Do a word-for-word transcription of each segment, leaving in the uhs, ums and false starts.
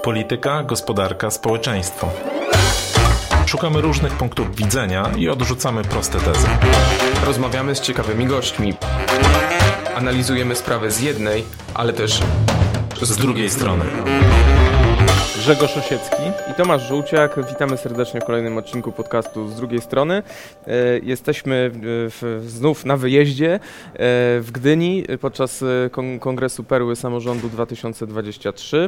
Polityka, gospodarka, społeczeństwo. Szukamy różnych punktów widzenia i odrzucamy proste tezy. Rozmawiamy z ciekawymi gośćmi. Analizujemy sprawę z jednej, ale też z, z drugiej strony. Grzegorz Osiecki i Tomasz Żółciak. Witamy serdecznie w kolejnym odcinku podcastu Z drugiej strony. Jesteśmy w, znów na wyjeździe w Gdyni podczas kon- Kongresu Perły Samorządu dwa tysiące dwudziestego trzeciego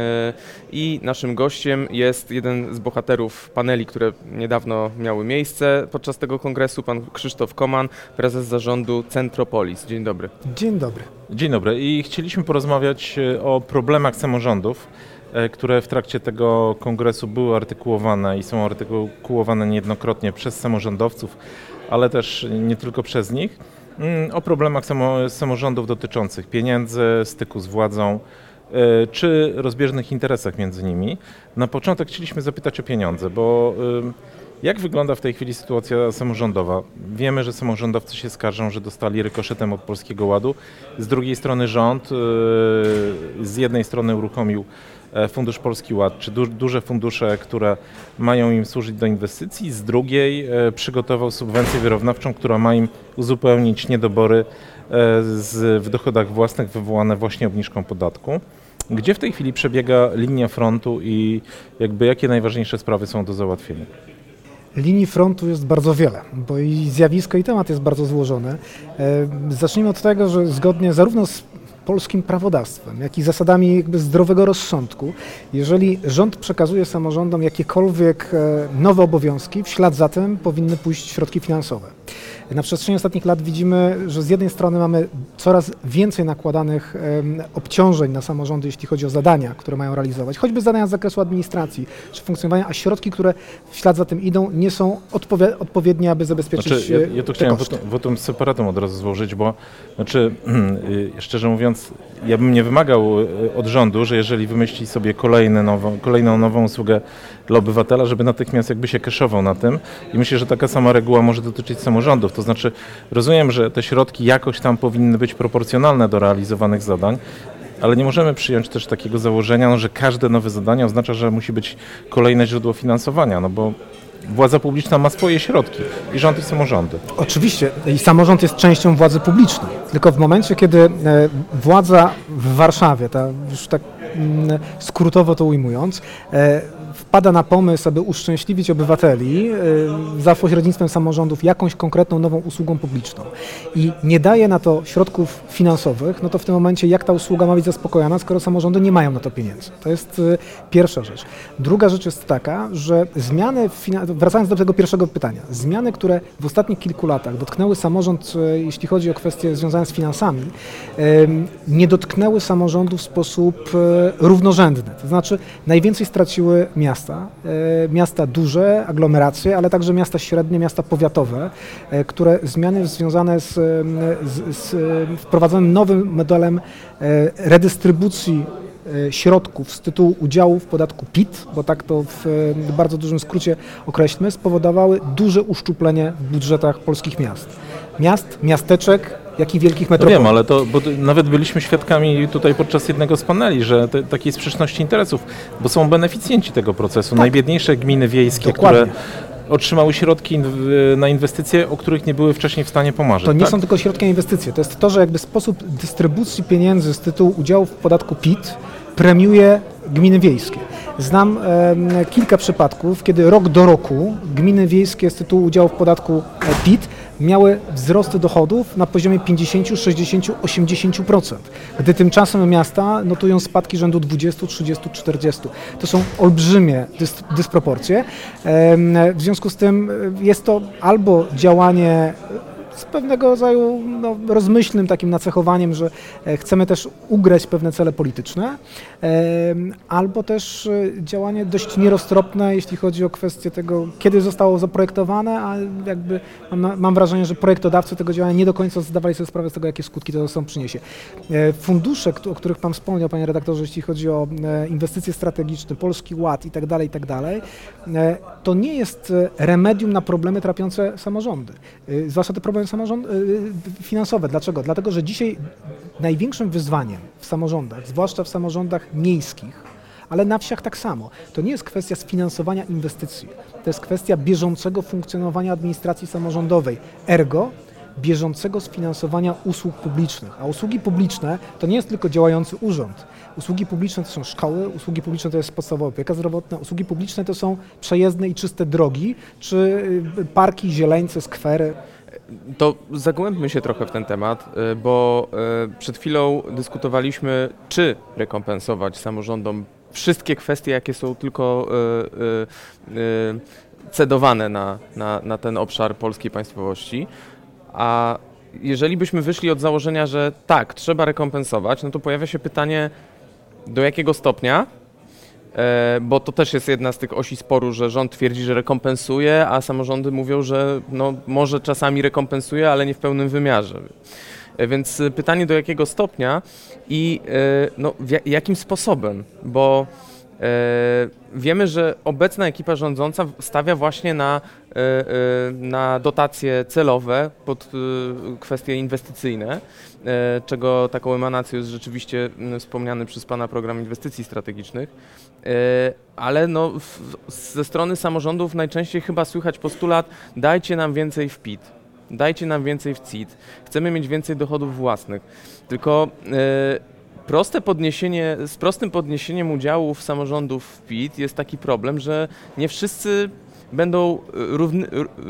i naszym gościem jest jeden z bohaterów paneli, które niedawno miały miejsce podczas tego kongresu, pan Krzysztof Koman, prezes zarządu Centropolis. Dzień dobry. Dzień dobry. Dzień dobry i chcieliśmy porozmawiać o problemach samorządów, które w trakcie tego kongresu były artykułowane i są artykułowane niejednokrotnie przez samorządowców, ale też nie tylko przez nich, o problemach samo, samorządów dotyczących pieniędzy, styku z władzą czy rozbieżnych interesach między nimi. Na początek chcieliśmy zapytać o pieniądze, bo jak wygląda w tej chwili sytuacja samorządowa? Wiemy, że samorządowcy się skarżą, że dostali rykoszetem od Polskiego Ładu. Z drugiej strony rząd z jednej strony uruchomił Fundusz Polski Ład, czy du- duże fundusze, które mają im służyć do inwestycji, z drugiej e, przygotował subwencję wyrównawczą, która ma im uzupełnić niedobory e, z, w dochodach własnych wywołane właśnie obniżką podatku. Gdzie w tej chwili przebiega linia frontu i jakby jakie najważniejsze sprawy są do załatwienia? Linii frontu jest bardzo wiele, bo i zjawisko, i temat jest bardzo złożony. E, zacznijmy od tego, że zgodnie zarówno z polskim prawodawstwem, jak i zasadami jakby zdrowego rozsądku, jeżeli rząd przekazuje samorządom jakiekolwiek nowe obowiązki, w ślad za tym powinny pójść środki finansowe. Na przestrzeni ostatnich lat widzimy, że z jednej strony mamy coraz więcej nakładanych um, obciążeń na samorządy, jeśli chodzi o zadania, które mają realizować, choćby zadania z zakresu administracji czy funkcjonowania, a środki, które w ślad za tym idą, nie są odpowie- odpowiednie, aby zabezpieczyć znaczy, ja, ja to te chciałem koszty. wotum separatum od razu złożyć, bo znaczy, szczerze mówiąc, ja bym nie wymagał od rządu, że jeżeli wymyśli sobie kolejne nową, kolejną nową usługę dla obywatela, żeby natychmiast jakby się keszował na tym i myślę, że taka sama reguła może dotyczyć samorządów. To znaczy rozumiem, że te środki jakoś tam powinny być proporcjonalne do realizowanych zadań, ale nie możemy przyjąć też takiego założenia, no, że każde nowe zadanie oznacza, że musi być kolejne źródło finansowania, no bo władza publiczna ma swoje środki i rząd i samorządy. Oczywiście i samorząd jest częścią władzy publicznej, tylko w momencie, kiedy władza w Warszawie, ta, już tak skrótowo to ujmując, wpada na pomysł, aby uszczęśliwić obywateli za pośrednictwem samorządów jakąś konkretną nową usługą publiczną i nie daje na to środków finansowych, no to w tym momencie jak ta usługa ma być zaspokojona, skoro samorządy nie mają na to pieniędzy. To jest pierwsza rzecz. Druga rzecz jest taka, że zmiany, wracając do tego pierwszego pytania, zmiany, które w ostatnich kilku latach dotknęły samorząd, jeśli chodzi o kwestie związane z finansami, nie dotknęły samorządu w sposób równorzędny. To znaczy najwięcej straciły miasta, miasta duże, aglomeracje, ale także miasta średnie, miasta powiatowe, które zmiany związane z, z, z wprowadzonym nowym modelem redystrybucji środków z tytułu udziału w podatku P I T, bo tak to w bardzo dużym skrócie określmy, spowodowały duże uszczuplenie w budżetach polskich miast. Miast, miasteczek, jak i wielkich metropolii. No wiem, ale to, bo nawet byliśmy świadkami tutaj podczas jednego z paneli, że te, takiej sprzeczności interesów, bo są beneficjenci tego procesu, tak. Najbiedniejsze gminy wiejskie, Dokładnie. które otrzymały środki na inwestycje, o których nie były wcześniej w stanie pomarzyć. To nie tak? są tylko środki na inwestycje, to jest to, że jakby sposób dystrybucji pieniędzy z tytułu udziału w podatku P I T premiuje gminy wiejskie. Znam e, kilka przypadków, kiedy rok do roku gminy wiejskie z tytułu udziału w podatku P I T miały wzrosty dochodów na poziomie pięćdziesiąt, sześćdziesiąt, osiemdziesiąt procent, gdy tymczasem miasta notują spadki rzędu dwadzieścia, trzydzieści, czterdzieści. To są olbrzymie dys- dysproporcje. E, w związku z tym jest to albo działanie z pewnego rodzaju no, rozmyślnym takim nacechowaniem, że chcemy też ugrać pewne cele polityczne, albo też działanie dość nieroztropne, jeśli chodzi o kwestię tego, kiedy zostało zaprojektowane, a jakby mam, mam wrażenie, że projektodawcy tego działania nie do końca zdawali sobie sprawę z tego, jakie skutki to ze sobą przyniesie. Fundusze, o których Pan wspomniał, Panie redaktorze, jeśli chodzi o inwestycje strategiczne, Polski Ład i tak dalej, i tak dalej, to nie jest remedium na problemy trapiące samorządy, zwłaszcza te problemy samorząd, finansowe. Dlaczego? Dlatego, że dzisiaj największym wyzwaniem w samorządach, zwłaszcza w samorządach miejskich, ale na wsiach tak samo. To nie jest kwestia sfinansowania inwestycji, to jest kwestia bieżącego funkcjonowania administracji samorządowej, ergo bieżącego sfinansowania usług publicznych. A usługi publiczne to nie jest tylko działający urząd. Usługi publiczne to są szkoły, usługi publiczne to jest podstawowa opieka zdrowotna, usługi publiczne to są przejezdne i czyste drogi, czy parki, zieleńce, skwery. To zagłębmy się trochę w ten temat, bo przed chwilą dyskutowaliśmy, czy rekompensować samorządom wszystkie kwestie, jakie są tylko cedowane na, na, na ten obszar polskiej państwowości. A jeżeli byśmy wyszli od założenia, że tak, trzeba rekompensować, no to pojawia się pytanie, do jakiego stopnia, e, bo to też jest jedna z tych osi sporu, że rząd twierdzi, że rekompensuje, a samorządy mówią, że no, może czasami rekompensuje, ale nie w pełnym wymiarze. E, więc pytanie, do jakiego stopnia i e, no, w jak, jakim sposobem, bo e, wiemy, że obecna ekipa rządząca stawia właśnie na, na dotacje celowe pod kwestie inwestycyjne, czego taką emanacją jest rzeczywiście wspomniany przez Pana program inwestycji strategicznych, ale no, ze strony samorządów najczęściej chyba słychać postulat: dajcie nam więcej w P I T, dajcie nam więcej w C I T, chcemy mieć więcej dochodów własnych, tylko Proste podniesienie, z prostym podniesieniem udziałów samorządów w P I T jest taki problem, że nie wszyscy będą równy,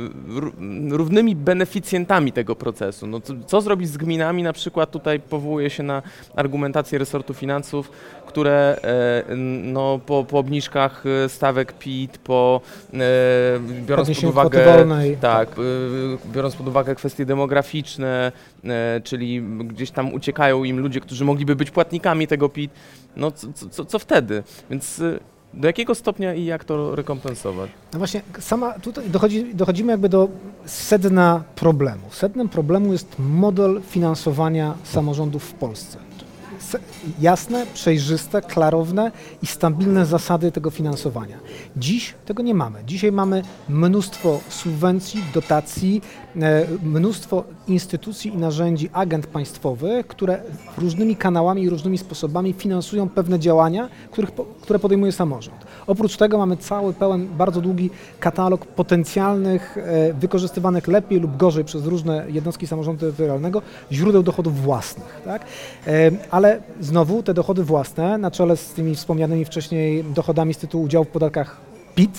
równymi beneficjentami tego procesu. No, co, co zrobić z gminami? Na przykład tutaj powołuje się na argumentację resortu finansów, które no, po, po obniżkach stawek P I T, po, biorąc pod uwagę, tak, biorąc pod uwagę kwestie demograficzne, czyli gdzieś tam uciekają im ludzie, którzy mogliby być płatnikami tego P I T, no co, co, co wtedy? Więc do jakiego stopnia i jak to rekompensować? No właśnie, sama tutaj dochodzi, dochodzimy jakby do sedna problemu. Sednem problemu jest model finansowania samorządów w Polsce. Jasne, przejrzyste, klarowne i stabilne zasady tego finansowania. Dziś tego nie mamy. Dzisiaj mamy mnóstwo subwencji, dotacji, mnóstwo instytucji i narzędzi, agent państwowych, które różnymi kanałami i różnymi sposobami finansują pewne działania, których, które podejmuje samorząd. Oprócz tego mamy cały pełen, bardzo długi katalog potencjalnych, wykorzystywanych lepiej lub gorzej przez różne jednostki samorządu terytorialnego źródeł dochodów własnych. Tak? Ale znowu te dochody własne, na czele z tymi wspomnianymi wcześniej dochodami z tytułu udziału w podatkach P I T,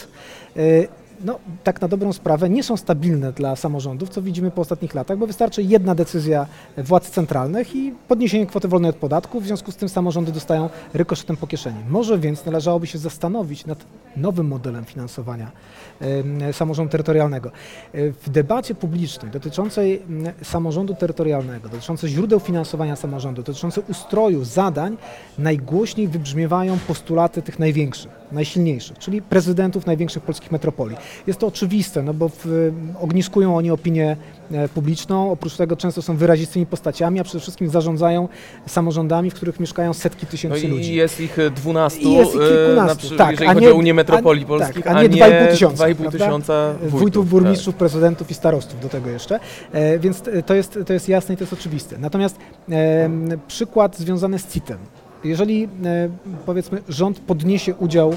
no, tak na dobrą sprawę nie są stabilne dla samorządów, co widzimy po ostatnich latach, bo wystarczy jedna decyzja władz centralnych i podniesienie kwoty wolnej od podatku, w związku z tym samorządy dostają rykoszetem po kieszeni. Może więc należałoby się zastanowić nad nowym modelem finansowania y, samorządu terytorialnego. Y, w debacie publicznej dotyczącej y, samorządu terytorialnego, dotyczącej źródeł finansowania samorządu, dotyczącej ustroju zadań, najgłośniej wybrzmiewają postulaty tych największych, najsilniejszych, czyli prezydentów największych polskich metropolii. Jest to oczywiste, no bo w, ogniskują oni opinię publiczną, oprócz tego często są wyrazistymi postaciami, a przede wszystkim zarządzają samorządami, w których mieszkają setki tysięcy no i ludzi. I jest ich dwunastu, I jest ich kilkunastu, na, tak, jeżeli a chodzi nie, o Unię Metropolii a, Polskich, tak, a nie dwa i pół tysiąca, dwa i pół tysiąca wójtów, wójtów, burmistrzów, tak. prezydentów i starostów do tego jeszcze, e, więc to jest, to jest jasne i to jest oczywiste. Natomiast e, przykład związany z C I T-em. Jeżeli e, powiedzmy rząd podniesie udział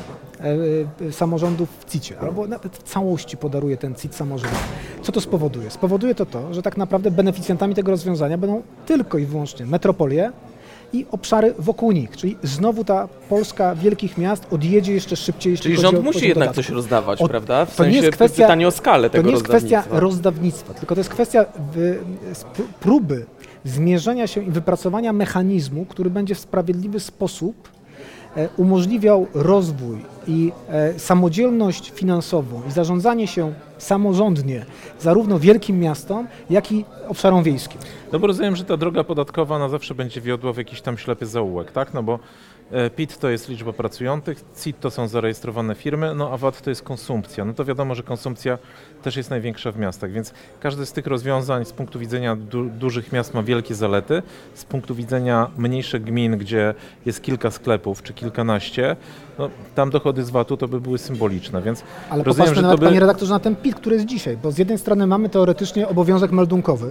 e, samorządów w C I T-cie, albo nawet w całości podaruje ten C I T samorządom, co to spowoduje? Spowoduje to to, że tak naprawdę beneficjentami tego rozwiązania będą tylko i wyłącznie metropolie i obszary wokół nich, czyli znowu ta Polska wielkich miast odjedzie jeszcze szybciej. Czyli rząd musi jednak coś rozdawać, o, prawda? W to sensie nie jest kwestia, pytanie o skalę tego To nie jest rozdawnictwa. kwestia rozdawnictwa, tylko to jest kwestia w, próby zmierzenia się i wypracowania mechanizmu, który będzie w sprawiedliwy sposób e, umożliwiał rozwój i e, samodzielność finansową i zarządzanie się samorządnie zarówno wielkim miastom, jak i obszarom wiejskim. No bo rozumiem, że ta droga podatkowa na zawsze będzie wiodła w jakiś tam ślepy zaułek, tak? No bo P I T to jest liczba pracujących, C I T to są zarejestrowane firmy, no a V A T to jest konsumpcja. No to wiadomo, że konsumpcja też jest największa w miastach, więc każde z tych rozwiązań z punktu widzenia du- dużych miast ma wielkie zalety, z punktu widzenia mniejszych gmin, gdzie jest kilka sklepów czy kilkanaście, no tam dochody z V A T-u to by były symboliczne, więc ale rozumiem, popatrzmy że nawet, to by... panie redaktorze, na ten P I T, który jest dzisiaj, bo z jednej strony mamy teoretycznie obowiązek meldunkowy,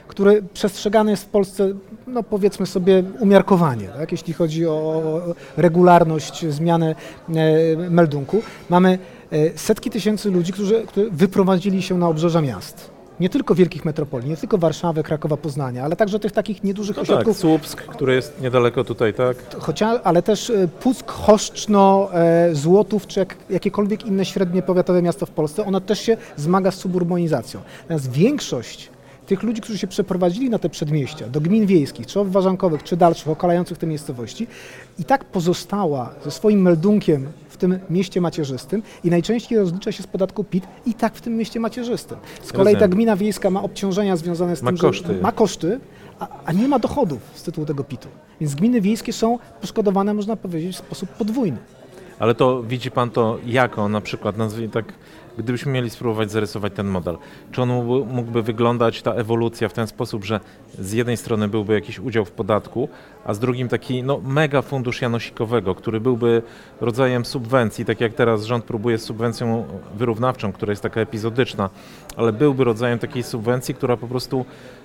który przestrzegany jest w Polsce, no powiedzmy sobie, umiarkowanie, tak? Jeśli chodzi o regularność zmiany meldunku. Mamy setki tysięcy ludzi, którzy, którzy wyprowadzili się na obrzeża miast. Nie tylko wielkich metropolii, nie tylko Warszawy, Krakowa, Poznania, ale także tych takich niedużych no ośrodków. Tak, Słupsk, który jest niedaleko tutaj, tak? Chociaż, ale też Puck, Choszczno, e, Złotów, czy jak, jakiekolwiek inne średnie powiatowe miasto w Polsce, ono też się zmaga z suburbanizacją. Natomiast większość tych ludzi, którzy się przeprowadzili na te przedmieścia, do gmin wiejskich, czy obwarzankowych, czy dalszych, okalających te miejscowości, i tak pozostała ze swoim meldunkiem w tym mieście macierzystym i najczęściej rozlicza się z podatku P I T i tak w tym mieście macierzystym. Z kolei ta Rozumiem. gmina wiejska ma obciążenia związane z Ma tym, koszty. że ma koszty, a, a nie ma dochodów z tytułu tego P I T-u. Więc gminy wiejskie są poszkodowane, można powiedzieć, w sposób podwójny. Ale to widzi pan to jako, na przykład, nazwijmy tak, gdybyśmy mieli spróbować zarysować ten model, czy on mógłby, mógłby wyglądać, ta ewolucja, w ten sposób, że z jednej strony byłby jakiś udział w podatku, a z drugim taki no, mega fundusz janosikowego, który byłby rodzajem subwencji, tak jak teraz rząd próbuje z subwencją wyrównawczą, która jest taka epizodyczna, ale byłby rodzajem takiej subwencji, która po prostu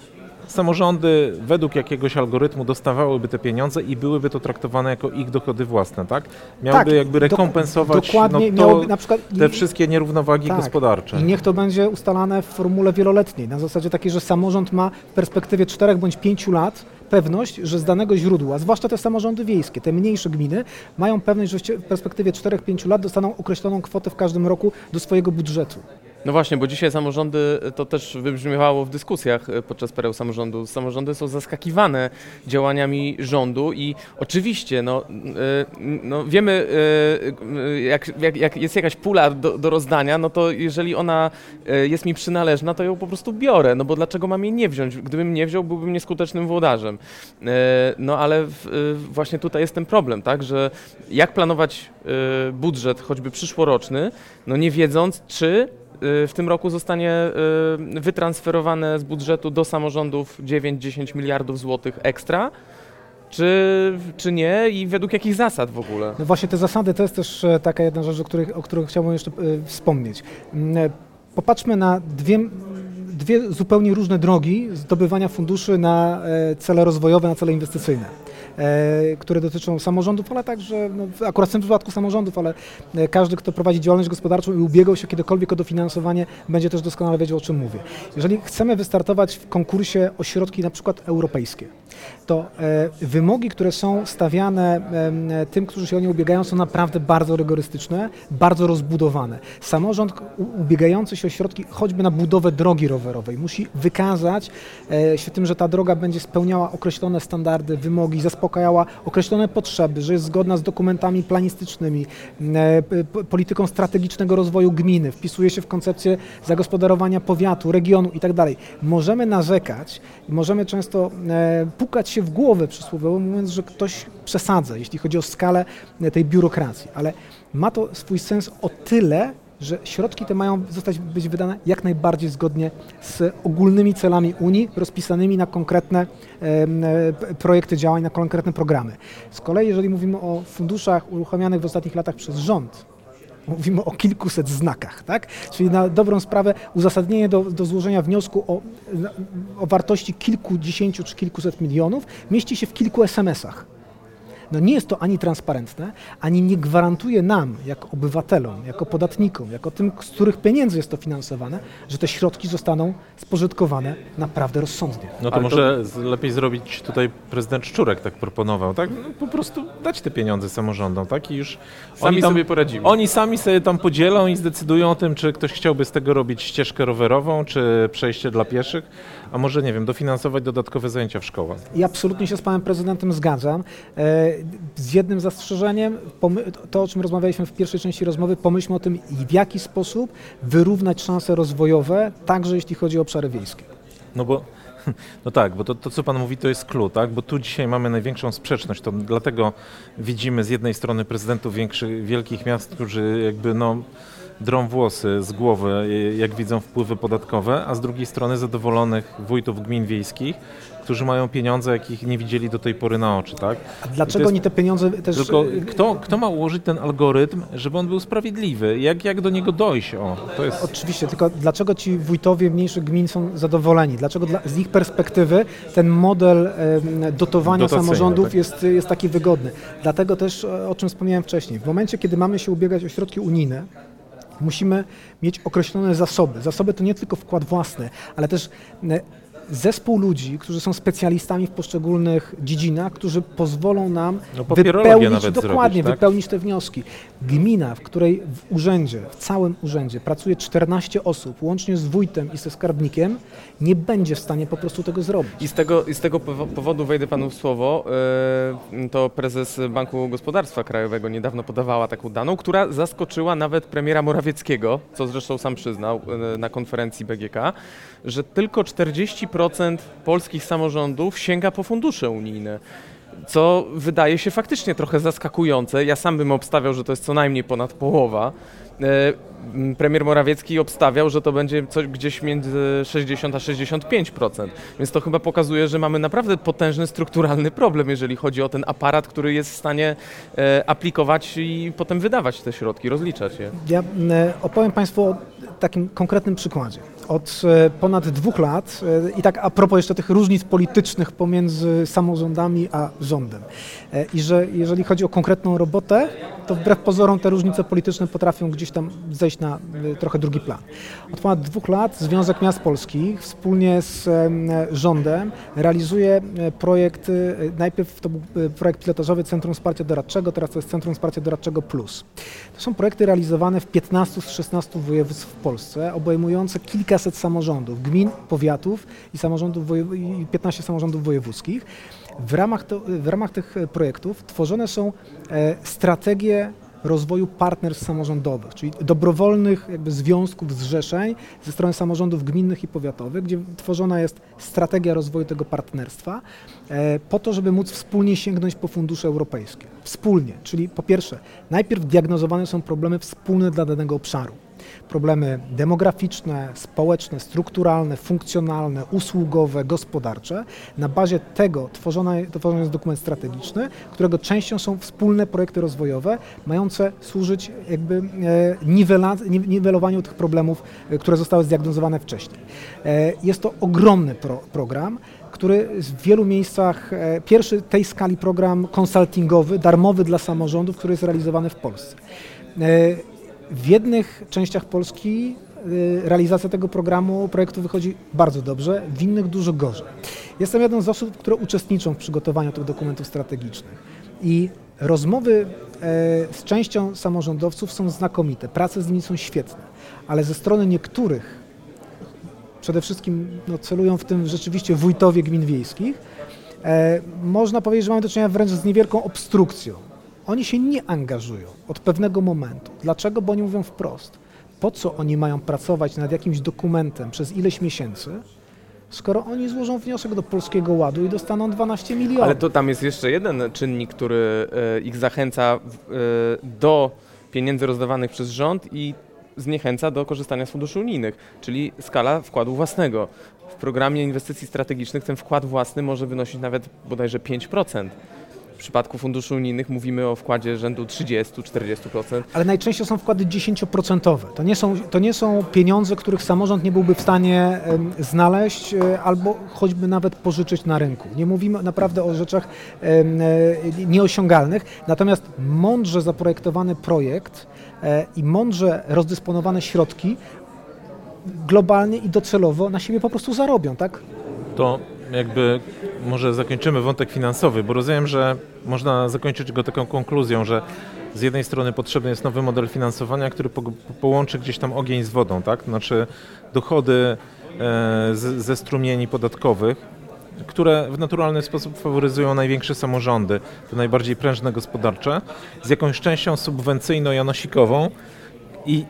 samorządy według jakiegoś algorytmu dostawałyby te pieniądze i byłyby to traktowane jako ich dochody własne, tak? Miałyby Tak, jakby rekompensować dokładnie, no, to, miałoby na przykład te wszystkie nierównowagi tak, gospodarcze. I niech to będzie ustalane w formule wieloletniej, na zasadzie takiej, że samorząd ma w perspektywie czterech bądź pięciu lat pewność, że z danego źródła, zwłaszcza te samorządy wiejskie, te mniejsze gminy, mają pewność, że w perspektywie czterech pięciu lat dostaną określoną kwotę w każdym roku do swojego budżetu. No właśnie, bo dzisiaj samorządy, to też wybrzmiewało w dyskusjach podczas pereł samorządu, samorządy są zaskakiwane działaniami rządu i oczywiście, no, no wiemy, jak, jak, jak jest jakaś pula do, do rozdania, no to jeżeli ona jest mi przynależna, to ją po prostu biorę, no bo dlaczego mam jej nie wziąć? Gdybym nie wziął, byłbym nieskutecznym włodarzem. No ale właśnie tutaj jest ten problem, tak, że jak planować budżet, choćby przyszłoroczny, no nie wiedząc, czy w tym roku zostanie wytransferowane z budżetu do samorządów dziewięć do dziesięciu miliardów złotych ekstra, czy, czy nie i według jakich zasad w ogóle? No właśnie te zasady to jest też taka jedna rzecz, o których, o których chciałbym jeszcze wspomnieć. Popatrzmy na dwie, dwie zupełnie różne drogi zdobywania funduszy na cele rozwojowe, na cele inwestycyjne, które dotyczą samorządów, ale także, no, akurat w tym przypadku samorządów, ale każdy, kto prowadzi działalność gospodarczą i ubiegał się kiedykolwiek o dofinansowanie, będzie też doskonale wiedział, o czym mówię. Jeżeli chcemy wystartować w konkursie o środki na przykład europejskie, to wymogi, które są stawiane tym, którzy się o nie ubiegają, są naprawdę bardzo rygorystyczne, bardzo rozbudowane. Samorząd ubiegający się o środki choćby na budowę drogi rowerowej musi wykazać się tym, że ta droga będzie spełniała określone standardy, wymogi, zaspokajała określone potrzeby, że jest zgodna z dokumentami planistycznymi, polityką strategicznego rozwoju gminy, wpisuje się w koncepcję zagospodarowania powiatu, regionu itd. Możemy narzekać i możemy często pukać się w głowę przysłowiowo, mówiąc, że ktoś przesadza, jeśli chodzi o skalę tej biurokracji, ale ma to swój sens o tyle, że środki te mają zostać być wydane jak najbardziej zgodnie z ogólnymi celami Unii, rozpisanymi na konkretne e, projekty działań, na konkretne programy. Z kolei, jeżeli mówimy o funduszach uruchamianych w ostatnich latach przez rząd, mówimy o kilkuset znakach, tak? Czyli na dobrą sprawę uzasadnienie do, do złożenia wniosku o, o wartości kilkudziesięciu czy kilkuset milionów mieści się w kilku es em esach. No nie jest to ani transparentne, ani nie gwarantuje nam, jako obywatelom, jako podatnikom, jako tym, z których pieniędzy jest to finansowane, że te środki zostaną spożytkowane naprawdę rozsądnie. No to Ale może to... lepiej zrobić, tutaj prezydent Szczurek tak proponował, tak? No po prostu dać te pieniądze samorządom, tak? I już Sami oni sobie poradzimy. Oni sami sobie tam podzielą i zdecydują o tym, czy ktoś chciałby z tego robić ścieżkę rowerową, czy przejście dla pieszych, a może, nie wiem, dofinansować dodatkowe zajęcia w szkołach. I absolutnie się z panem prezydentem zgadzam. Z jednym zastrzeżeniem, to o czym rozmawialiśmy w pierwszej części rozmowy, pomyślmy o tym, w jaki sposób wyrównać szanse rozwojowe, także jeśli chodzi o obszary wiejskie. No bo, no tak, bo to, to co pan mówi, to jest clue, tak? Bo tu dzisiaj mamy największą sprzeczność, to dlatego widzimy z jednej strony prezydentów większych, wielkich miast, którzy jakby no drą włosy z głowy, jak widzą wpływy podatkowe, a z drugiej strony zadowolonych wójtów gmin wiejskich, którzy mają pieniądze, jakich nie widzieli do tej pory na oczy, tak? A dlaczego jest, oni te pieniądze też... Tylko kto, kto ma ułożyć ten algorytm, żeby on był sprawiedliwy? Jak, jak do niego dojść? O, to jest... Oczywiście, tylko dlaczego ci wójtowie mniejszych gmin są zadowoleni? Dlaczego dla, z ich perspektywy ten model e, dotowania samorządów tak? jest, jest taki wygodny? Dlatego też, o czym wspomniałem wcześniej, w momencie, kiedy mamy się ubiegać o środki unijne, musimy mieć określone zasoby. Zasoby to nie tylko wkład własny, ale też zespół ludzi, którzy są specjalistami w poszczególnych dziedzinach, którzy pozwolą nam no, wypełnić, nawet dokładnie, zrobić, tak? wypełnić te wnioski. Gmina, w której w urzędzie, w całym urzędzie pracuje czternaście osób, łącznie z wójtem i ze skarbnikiem, nie będzie w stanie po prostu tego zrobić. I z tego, i z tego powodu wejdę panu w słowo, yy, to prezes Banku Gospodarstwa Krajowego niedawno podawała taką daną, która zaskoczyła nawet premiera Morawieckiego, co zresztą sam przyznał yy, na konferencji B G K, że tylko czterdzieści procent polskich samorządów sięga po fundusze unijne, co wydaje się faktycznie trochę zaskakujące. Ja sam bym obstawiał, że to jest co najmniej ponad połowa. Premier Morawiecki obstawiał, że to będzie coś gdzieś między sześćdziesiąt a sześćdziesiąt pięć procent, więc to chyba pokazuje, że mamy naprawdę potężny strukturalny problem, jeżeli chodzi o ten aparat, który jest w stanie aplikować i potem wydawać te środki, rozliczać je. Ja opowiem Państwu o takim konkretnym przykładzie. Od ponad dwóch lat, i tak a propos jeszcze tych różnic politycznych pomiędzy samorządami a rządem, i że jeżeli chodzi o konkretną robotę, to wbrew pozorom te różnice polityczne potrafią gdzieś tam zejść na trochę drugi plan. Od ponad dwóch lat Związek Miast Polskich wspólnie z rządem realizuje projekt, najpierw to był projekt pilotażowy Centrum Wsparcia Doradczego, teraz to jest Centrum Wsparcia Doradczego Plus. To są projekty realizowane w piętnastu z szesnastu województw w Polsce, obejmujące kilkaset samorządów, gmin, powiatów i, samorządów wojew- i piętnaście samorządów wojewódzkich. W ramach, to, w ramach tych projektów tworzone są e, strategie rozwoju partnerstw samorządowych, czyli dobrowolnych jakby związków, zrzeszeń ze strony samorządów gminnych i powiatowych, gdzie tworzona jest strategia rozwoju tego partnerstwa e, po to, żeby móc wspólnie sięgnąć po fundusze europejskie. Wspólnie, czyli po pierwsze, najpierw diagnozowane są problemy wspólne dla danego obszaru. Problemy demograficzne, społeczne, strukturalne, funkcjonalne, usługowe, gospodarcze. Na bazie tego tworzony, tworzony jest dokument strategiczny, którego częścią są wspólne projekty rozwojowe, mające służyć jakby e, niwela, niwelowaniu tych problemów, e, które zostały zdiagnozowane wcześniej. E, jest to ogromny pro, program, który w wielu miejscach, e, pierwszy tej skali program konsultingowy, darmowy dla samorządów, który jest realizowany w Polsce. E, W jednych częściach Polski realizacja tego programu, projektu wychodzi bardzo dobrze, w innych dużo gorzej. Jestem jedną z osób, które uczestniczą w przygotowaniu tych dokumentów strategicznych i rozmowy z częścią samorządowców są znakomite, prace z nimi są świetne, ale ze strony niektórych, przede wszystkim no, celują w tym rzeczywiście wójtowie gmin wiejskich, można powiedzieć, że mamy do czynienia wręcz z niewielką obstrukcją. Oni się nie angażują od pewnego momentu. Dlaczego? Bo oni mówią wprost. Po co oni mają pracować nad jakimś dokumentem przez ileś miesięcy, skoro oni złożą wniosek do Polskiego Ładu i dostaną dwanaście milionów. Ale to tam jest jeszcze jeden czynnik, który ich zachęca do pieniędzy rozdawanych przez rząd i zniechęca do korzystania z funduszy unijnych, czyli skala wkładu własnego. W programie inwestycji strategicznych ten wkład własny może wynosić nawet bodajże pięć procent. W przypadku funduszy unijnych mówimy o wkładzie rzędu trzydzieści do czterdziestu procent. Ale najczęściej są wkłady dziesięcioprocentowe. To nie są, to nie są pieniądze, których samorząd nie byłby w stanie um, znaleźć um, albo choćby nawet pożyczyć na rynku. Nie mówimy naprawdę o rzeczach um, nieosiągalnych, natomiast mądrze zaprojektowany projekt um, i mądrze rozdysponowane środki globalnie i docelowo na siebie po prostu zarobią, tak? To jakby może zakończymy wątek finansowy, bo rozumiem, że można zakończyć go taką konkluzją, że z jednej strony potrzebny jest nowy model finansowania, który po, połączy gdzieś tam ogień z wodą, tak? Znaczy dochody e, z, ze strumieni podatkowych, które w naturalny sposób faworyzują największe samorządy, te najbardziej prężne gospodarcze, z jakąś częścią subwencyjno-janosikową i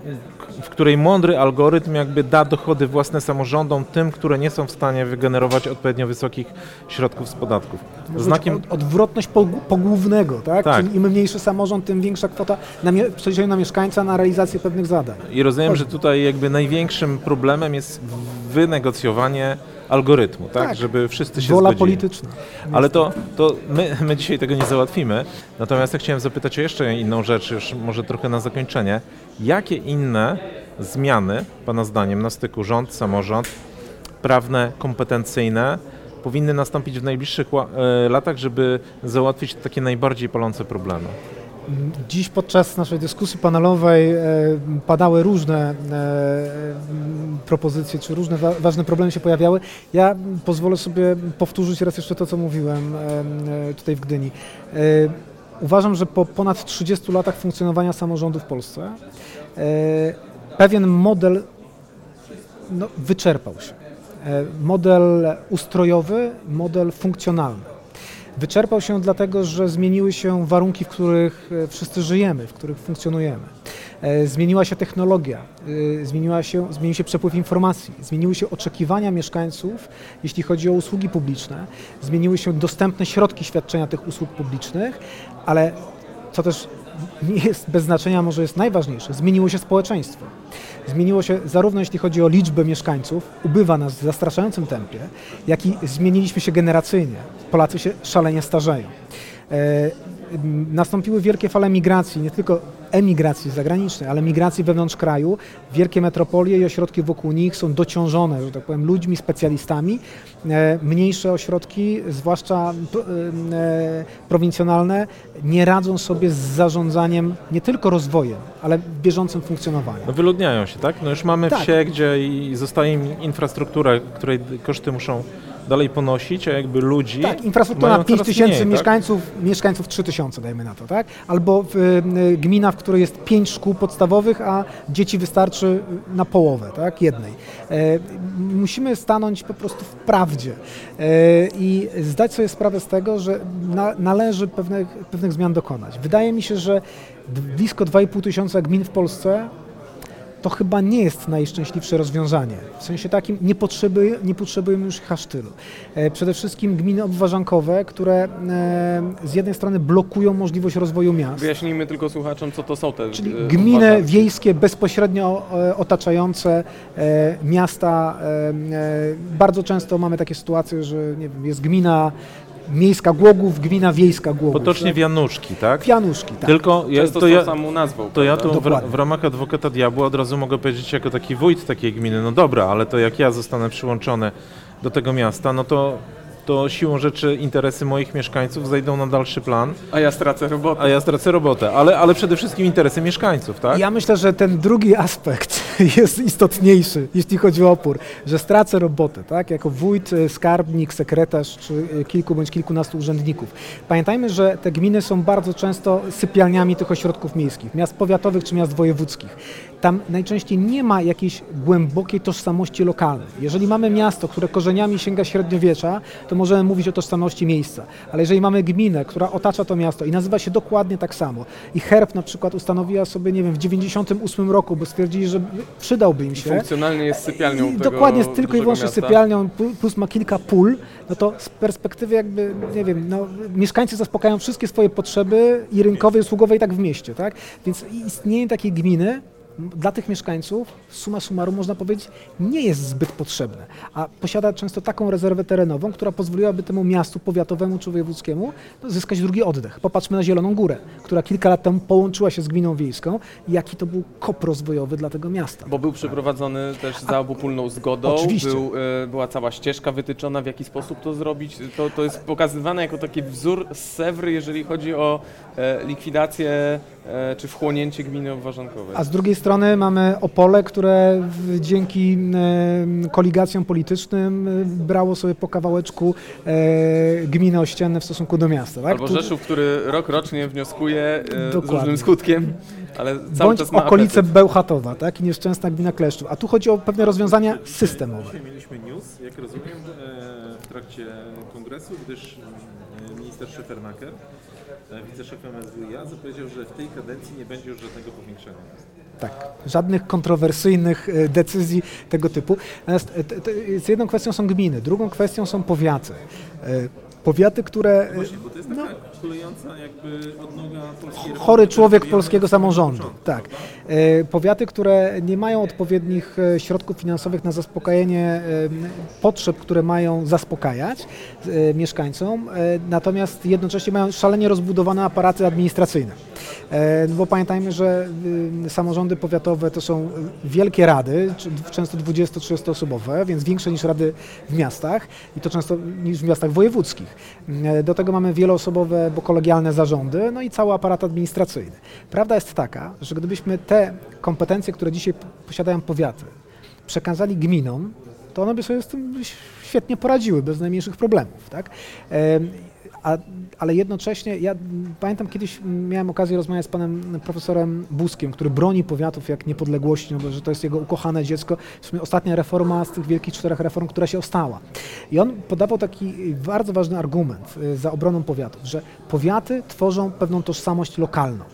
w której mądry algorytm jakby da dochody własne samorządom, tym, które nie są w stanie wygenerować odpowiednio wysokich środków z podatków. Znakiem... Od, odwrotność pogłównego, tak? tak? Czyli im mniejszy samorząd, tym większa kwota na mie- w przeliczeniu na mieszkańca na realizację pewnych zadań. I rozumiem, że tutaj jakby największym problemem jest wynegocjowanie algorytmu, tak? Tak. Żeby wszyscy się Wola zgodzili. polityczna. Ale to, to my, my dzisiaj tego nie załatwimy. Natomiast ja chciałem zapytać o jeszcze inną rzecz, już może trochę na zakończenie. Jakie inne zmiany, Pana zdaniem, na styku rząd, samorząd, prawne, kompetencyjne, powinny nastąpić w najbliższych latach, żeby załatwić takie najbardziej palące problemy? Dziś podczas naszej dyskusji panelowej e, padały różne e, propozycje, czy różne wa- ważne problemy się pojawiały. Ja pozwolę sobie powtórzyć raz jeszcze to, co mówiłem e, tutaj w Gdyni. E, uważam, że po ponad trzydziestu latach funkcjonowania samorządu w Polsce e, pewien model no, wyczerpał się. E, model ustrojowy, model funkcjonalny. Wyczerpał się dlatego, że zmieniły się warunki, w których wszyscy żyjemy, w których funkcjonujemy. Zmieniła się technologia, zmieniła się, zmienił się przepływ informacji, zmieniły się oczekiwania mieszkańców, jeśli chodzi o usługi publiczne, zmieniły się dostępne środki świadczenia tych usług publicznych, ale co też nie jest bez znaczenia, może jest najważniejsze, zmieniło się społeczeństwo. Zmieniło się zarówno jeśli chodzi o liczbę mieszkańców, ubywa nas w zastraszającym tempie, jak i zmieniliśmy się generacyjnie. Polacy się szalenie starzeją. E, nastąpiły wielkie fale migracji, nie tylko emigracji zagranicznej, ale migracji wewnątrz kraju. Wielkie metropolie i ośrodki wokół nich są dociążone, że tak powiem, ludźmi, specjalistami. E, mniejsze ośrodki, zwłaszcza e, prowincjonalne, nie radzą sobie z zarządzaniem nie tylko rozwojem, ale bieżącym funkcjonowaniem. No wyludniają się, tak? No już mamy Tak. wsie, gdzie i zostaje im infrastruktura, której koszty muszą dalej ponosić, a jakby ludzi Tak, infrastruktura mają pięć coraz tysięcy mniej, mieszkańców, mieszkańców trzy tysiące, dajmy na to, tak? Albo w, y, gmina, w której jest pięć szkół podstawowych, a dzieci wystarczy na połowę, tak? Jednej. E, musimy stanąć po prostu w prawdzie e, i zdać sobie sprawę z tego, że na, należy pewnych, pewnych zmian dokonać. Wydaje mi się, że blisko dwa i pół tysiąca gmin w Polsce to chyba nie jest najszczęśliwsze rozwiązanie. W sensie takim nie, potrzeby, nie potrzebujemy już hasztylu. E, przede wszystkim gminy obwarzankowe, które e, z jednej strony blokują możliwość rozwoju miast. Wyjaśnijmy tylko słuchaczom, co to są te Czyli e, gminy obwarzanki. wiejskie bezpośrednio e, otaczające e, miasta. E, e, bardzo często mamy takie sytuacje, że nie wiem, jest gmina miejska Głogów, gmina wiejska Głogów. Potocznie tak? Wianuszki, tak? Wianuszki, tak. Tylko ja, Często to, z tą ja, samą nazwą. to ja prawda? tu w, Dokładnie. w ramach adwokata diabła od razu mogę powiedzieć jako taki wójt takiej gminy, no dobra, ale to jak ja zostanę przyłączony do tego miasta, no to, to siłą rzeczy interesy moich mieszkańców zejdą na dalszy plan, A ja stracę robotę. a ja stracę robotę, ale, ale przede wszystkim interesy mieszkańców, tak? Ja myślę, że ten drugi aspekt jest istotniejszy, jeśli chodzi o opór, że stracę robotę, tak? Jako wójt, skarbnik, sekretarz czy kilku bądź kilkunastu urzędników. Pamiętajmy, że te gminy są bardzo często sypialniami tych ośrodków miejskich, miast powiatowych czy miast wojewódzkich. Tam najczęściej nie ma jakiejś głębokiej tożsamości lokalnej. Jeżeli mamy miasto, które korzeniami sięga średniowiecza, to możemy mówić o tożsamości miejsca. Ale jeżeli mamy gminę, która otacza to miasto i nazywa się dokładnie tak samo i herb na przykład ustanowiła sobie, nie wiem, w dziewięćdziesiątym ósmym roku, bo stwierdzili, że przydałby im się. Funkcjonalnie jest sypialnią I tego dokładnie, jest tylko i dużego wyłącznie miasta. sypialnią, plus ma kilka pól, no to z perspektywy jakby, nie wiem, no, mieszkańcy zaspokajają wszystkie swoje potrzeby i rynkowe, i usługowe i tak w mieście, tak? Więc istnienie takiej gminy dla tych mieszkańców, summa summarum można powiedzieć, nie jest zbyt potrzebne, a posiada często taką rezerwę terenową, która pozwoliłaby temu miastu powiatowemu czy wojewódzkiemu no, zyskać drugi oddech. Popatrzmy na Zieloną Górę, która kilka lat temu połączyła się z gminą wiejską i jaki to był kop rozwojowy dla tego miasta. Bo był przeprowadzony też za obopólną zgodą, Oczywiście. był, e, była cała ścieżka wytyczona, w jaki sposób to zrobić. To, to jest pokazywane jako taki wzór z Sewry, jeżeli chodzi o e, likwidację e, czy wchłonięcie gminy obwarzankowej. A z drugiej strony mamy Opole, które w, dzięki e, koligacjom politycznym e, brało sobie po kawałeczku e, gminy ościenne w stosunku do miasta. Tak? Albo Tu- Rzeszów, który rok rocznie wnioskuje e, z Dokładnie. różnym skutkiem, ale cały Bądź czas ma okolice apetyt. Bełchatowa, tak? I nieszczęsna gmina Kleszczów. A tu chodzi o pewne rozwiązania systemowe. Dzisiaj mieliśmy news, jak rozumiem, e, w trakcie kongresu, gdyż e, minister Szefernaker, e, wiceszef M S W i A, zapowiedział, że w tej kadencji nie będzie już żadnego powiększenia. Tak, żadnych kontrowersyjnych e, decyzji tego typu. Natomiast e, t- t- z jedną kwestią są gminy, drugą kwestią są powiaty. E, Powiaty, które... e, Właśnie, bo to jest taka no, kulejąca jakby odnoga polskiej Chory człowiek polskiego samorządu, tak. E, Powiaty, które nie mają odpowiednich e, środków finansowych na zaspokajanie e, potrzeb, które mają zaspokajać e, mieszkańcom, e, natomiast jednocześnie mają szalenie rozbudowane aparaty administracyjne. E, Bo pamiętajmy, że e, samorządy powiatowe to są wielkie rady, czy- często dwudziesto-trzydziestoosobowe, więc większe niż rady w miastach i to często niż w miastach wojewódzkich. E, Do tego mamy wieloosobowe, bo kolegialne zarządy, no i cały aparat administracyjny. Prawda jest taka, że gdybyśmy te kompetencje, które dzisiaj p- posiadają powiaty, przekazali gminom, to one by sobie z tym świetnie poradziły, bez najmniejszych problemów, tak? Em, A, ale jednocześnie, ja m, pamiętam kiedyś m, miałem okazję rozmawiać z panem profesorem Buskiem, który broni powiatów jak niepodległości, no bo że to jest jego ukochane dziecko. W sumie ostatnia reforma z tych wielkich czterech reform, która się ostała. I on podawał taki bardzo ważny argument y, za obroną powiatów, że powiaty tworzą pewną tożsamość lokalną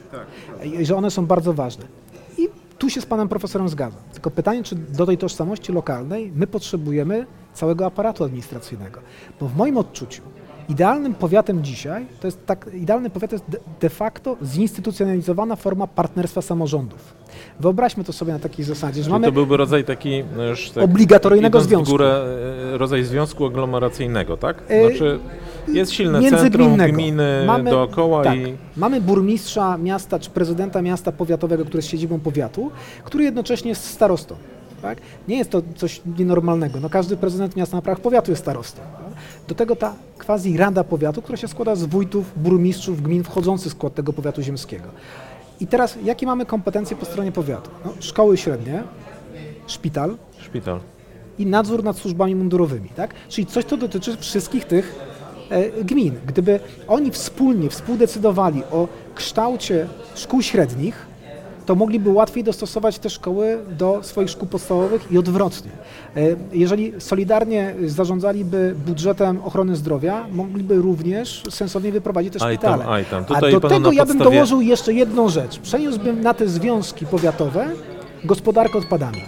i że one są bardzo ważne. I tu się z panem profesorem zgadzam. Tylko pytanie, czy do tej tożsamości lokalnej my potrzebujemy całego aparatu administracyjnego. Bo w moim odczuciu idealnym powiatem dzisiaj, to jest tak, idealny powiat to jest de, de facto zinstytucjonalizowana forma partnerstwa samorządów. Wyobraźmy to sobie na takiej zasadzie, że Czyli mamy to byłby rodzaj taki no już tak, obligatoryjnego idąc w związku. górę, e, rodzaj związku aglomeracyjnego, tak? E, Znaczy jest silne międzygminnego. centrum, gminy Mamy- dookoła tak, i mamy burmistrza miasta czy prezydenta miasta powiatowego, który jest siedzibą powiatu, który jednocześnie jest starostą. Tak? Nie jest to coś nienormalnego. No, każdy prezydent miasta na prawach powiatu jest starostą. Tak? Do tego ta quasi rada powiatu, która się składa z wójtów, burmistrzów gmin wchodzących w skład tego powiatu ziemskiego. I teraz jakie mamy kompetencje po stronie powiatu? No, szkoły średnie, szpital szpital. i nadzór nad służbami mundurowymi. Tak? Czyli coś, co dotyczy wszystkich tych e, gmin. Gdyby oni wspólnie współdecydowali o kształcie szkół średnich, to mogliby łatwiej dostosować te szkoły do swoich szkół podstawowych i odwrotnie. E, Jeżeli solidarnie zarządzaliby budżetem ochrony zdrowia, mogliby również sensownie wyprowadzić te Aj szpitale. tam, aj tam. A Tutaj do panu tego na ja bym podstawie- dołożył jeszcze jedną rzecz. Przeniósłbym na te związki powiatowe gospodarkę odpadami.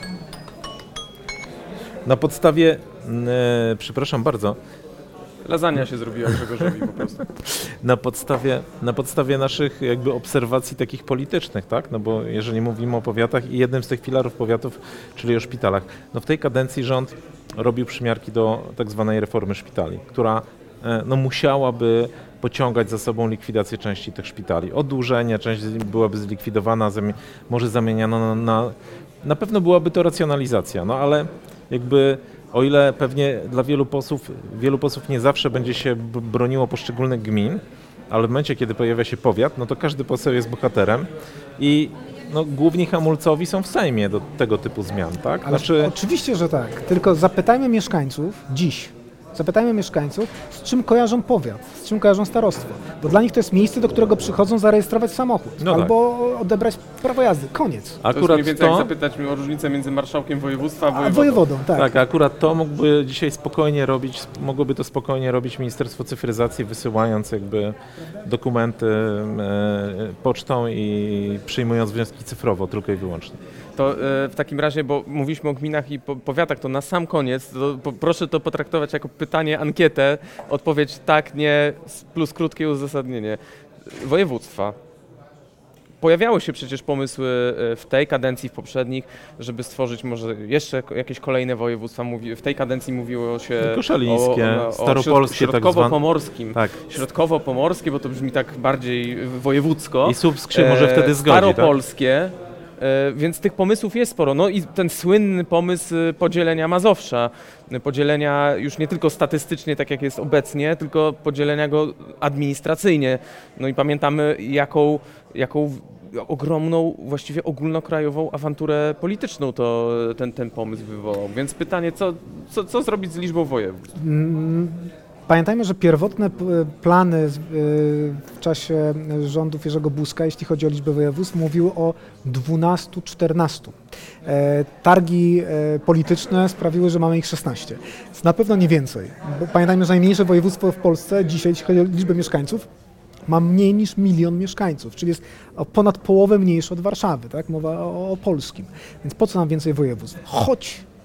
Na podstawie, e, przepraszam bardzo, Lasagna się zrobiła Grzegorzowi po prostu. na podstawie, na podstawie naszych jakby obserwacji takich politycznych, tak? No bo jeżeli mówimy o powiatach i jednym z tych filarów powiatów, czyli o szpitalach, no w tej kadencji rząd robił przymiarki do tak zwanej reformy szpitali, która e, no musiałaby pociągać za sobą likwidację części tych szpitali. Oddłużenie, część z nich byłaby zlikwidowana, zamie- może zamieniana na, na... Na pewno byłaby to racjonalizacja, no ale jakby o ile pewnie dla wielu posłów, wielu posłów nie zawsze będzie się b- broniło poszczególnych gmin, ale w momencie, kiedy pojawia się powiat, no to każdy poseł jest bohaterem i no, główni hamulcowi są w Sejmie do tego typu zmian, tak? Ale Znaczy, oczywiście, że tak. Tylko zapytajmy mieszkańców dziś, zapytajmy mieszkańców, z czym kojarzą powiat, z czym kojarzą starostwo. Bo dla nich to jest miejsce, do którego przychodzą zarejestrować samochód No tak. albo odebrać prawo jazdy. Koniec. To jest akurat mniej więcej to, jak zapytać mnie o różnicę między marszałkiem województwa a A wojewodą. wojewodą, tak. tak, akurat to mógłby dzisiaj spokojnie robić, mogłoby to spokojnie robić Ministerstwo Cyfryzacji, wysyłając jakby dokumenty e, pocztą i przyjmując wnioski cyfrowo tylko i wyłącznie. To e, w takim razie, bo mówiliśmy o gminach i po, powiatach, to na sam koniec, to, po, proszę to potraktować jako pytanie, ankietę, odpowiedź tak, nie, plus krótkie uzasadnienie. Województwa. Pojawiały się przecież pomysły e, w tej kadencji, w poprzednich, żeby stworzyć może jeszcze ko- jakieś kolejne województwa. Mówi, w tej kadencji mówiło się Koszalińskie, o, o, o staropolskie tak środkowo-pomorskim. Tak. Środkowo-pomorskie, bo to brzmi tak bardziej wojewódzko. I Subskrzy może wtedy zgodzi, tak? Staropolskie, e, więc tych pomysłów jest sporo. No i ten słynny pomysł e, podzielenia Mazowsza, e, podzielenia już nie tylko statystycznie, tak jak jest obecnie, tylko podzielenia go administracyjnie. No i pamiętamy, jaką, jaką ogromną, właściwie ogólnokrajową awanturę polityczną to ten, ten pomysł wywołał. Więc pytanie, co, co, co zrobić z liczbą województw? Mm, Pamiętajmy, że pierwotne p- plany z- y, w czasie rządów Jerzego Buzka, jeśli chodzi o liczbę województw, mówiły o dwunastu czternastu. E, Targi e, polityczne sprawiły, że mamy ich szesnaście. Więc na pewno nie więcej. Bo pamiętajmy, że najmniejsze województwo w Polsce dzisiaj, jeśli chodzi o liczbę mieszkańców, ma mniej niż milion mieszkańców, czyli jest o ponad połowę mniejsze od Warszawy, tak? Mowa o, o polskim. Więc po co nam więcej województw? Choć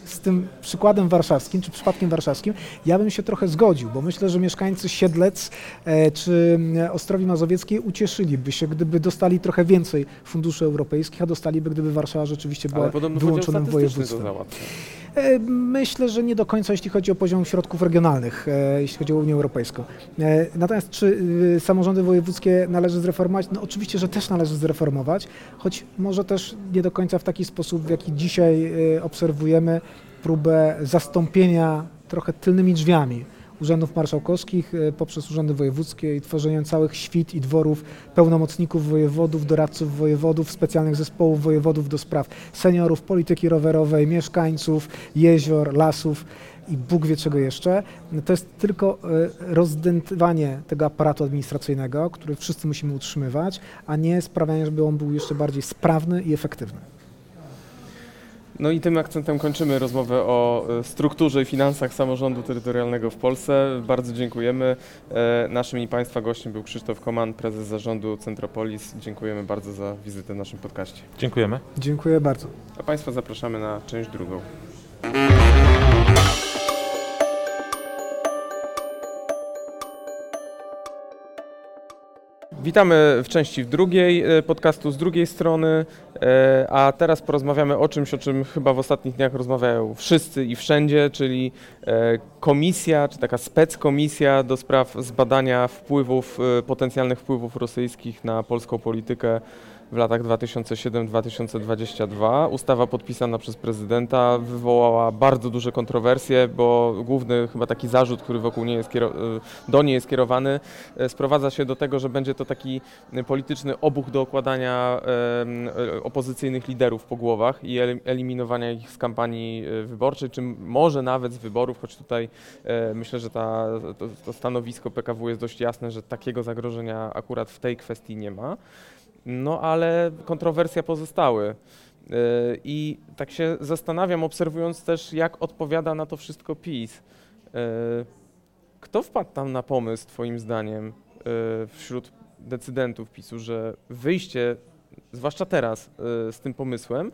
z tym przykładem warszawskim, czy przypadkiem warszawskim, ja bym się trochę zgodził, bo myślę, że mieszkańcy Siedlec e, czy Ostrowi Mazowieckiej ucieszyliby się, gdyby dostali trochę więcej funduszy europejskich, a dostaliby, gdyby Warszawa rzeczywiście była wyłączonym województwem. E, myślę, że nie do końca, jeśli chodzi o poziom środków regionalnych, e, jeśli chodzi o Unię Europejską. E, natomiast czy e, samorządy wojewódzkie należy zreformować? No oczywiście, że też należy zreformować, choć może też nie do końca w taki sposób, w jaki dzisiaj e, obserwujemy próbę zastąpienia trochę tylnymi drzwiami urzędów marszałkowskich poprzez urzędy wojewódzkie i tworzenie całych świt i dworów pełnomocników wojewodów, doradców wojewodów, specjalnych zespołów wojewodów do spraw seniorów, polityki rowerowej, mieszkańców, jezior, lasów i Bóg wie czego jeszcze. To jest tylko rozdętywanie tego aparatu administracyjnego, który wszyscy musimy utrzymywać, a nie sprawianie, żeby on był jeszcze bardziej sprawny i efektywny. No i tym akcentem kończymy rozmowę o strukturze i finansach samorządu terytorialnego w Polsce. Bardzo dziękujemy. Naszym i Państwa gościem był Krzysztof Koman, prezes zarządu Centropolis. Dziękujemy bardzo za wizytę w naszym podcaście. Dziękujemy. Dziękuję bardzo. A Państwa zapraszamy na część drugą. Witamy w części drugiej podcastu z drugiej strony, a teraz porozmawiamy o czymś, o czym chyba w ostatnich dniach rozmawiają wszyscy i wszędzie, czyli komisja, czy taka speckomisja do spraw zbadania wpływów, potencjalnych wpływów rosyjskich na polską politykę w latach dwa tysiące siódmy do dwa tysiące dwudziestego drugiego. Ustawa podpisana przez prezydenta wywołała bardzo duże kontrowersje, bo główny chyba taki zarzut, który wokół niej jest do niej jest kierowany, sprowadza się do tego, że będzie to taki polityczny obuch do okładania opozycyjnych liderów po głowach i eliminowania ich z kampanii wyborczej, czy może nawet z wyborów, choć tutaj myślę, że ta, to, to stanowisko P K W jest dość jasne, że takiego zagrożenia akurat w tej kwestii nie ma. No ale kontrowersje pozostały i tak się zastanawiam, obserwując też, jak odpowiada na to wszystko PiS. Kto wpadł tam na pomysł, twoim zdaniem, wśród decydentów PiSu, że wyjście, zwłaszcza teraz, z tym pomysłem,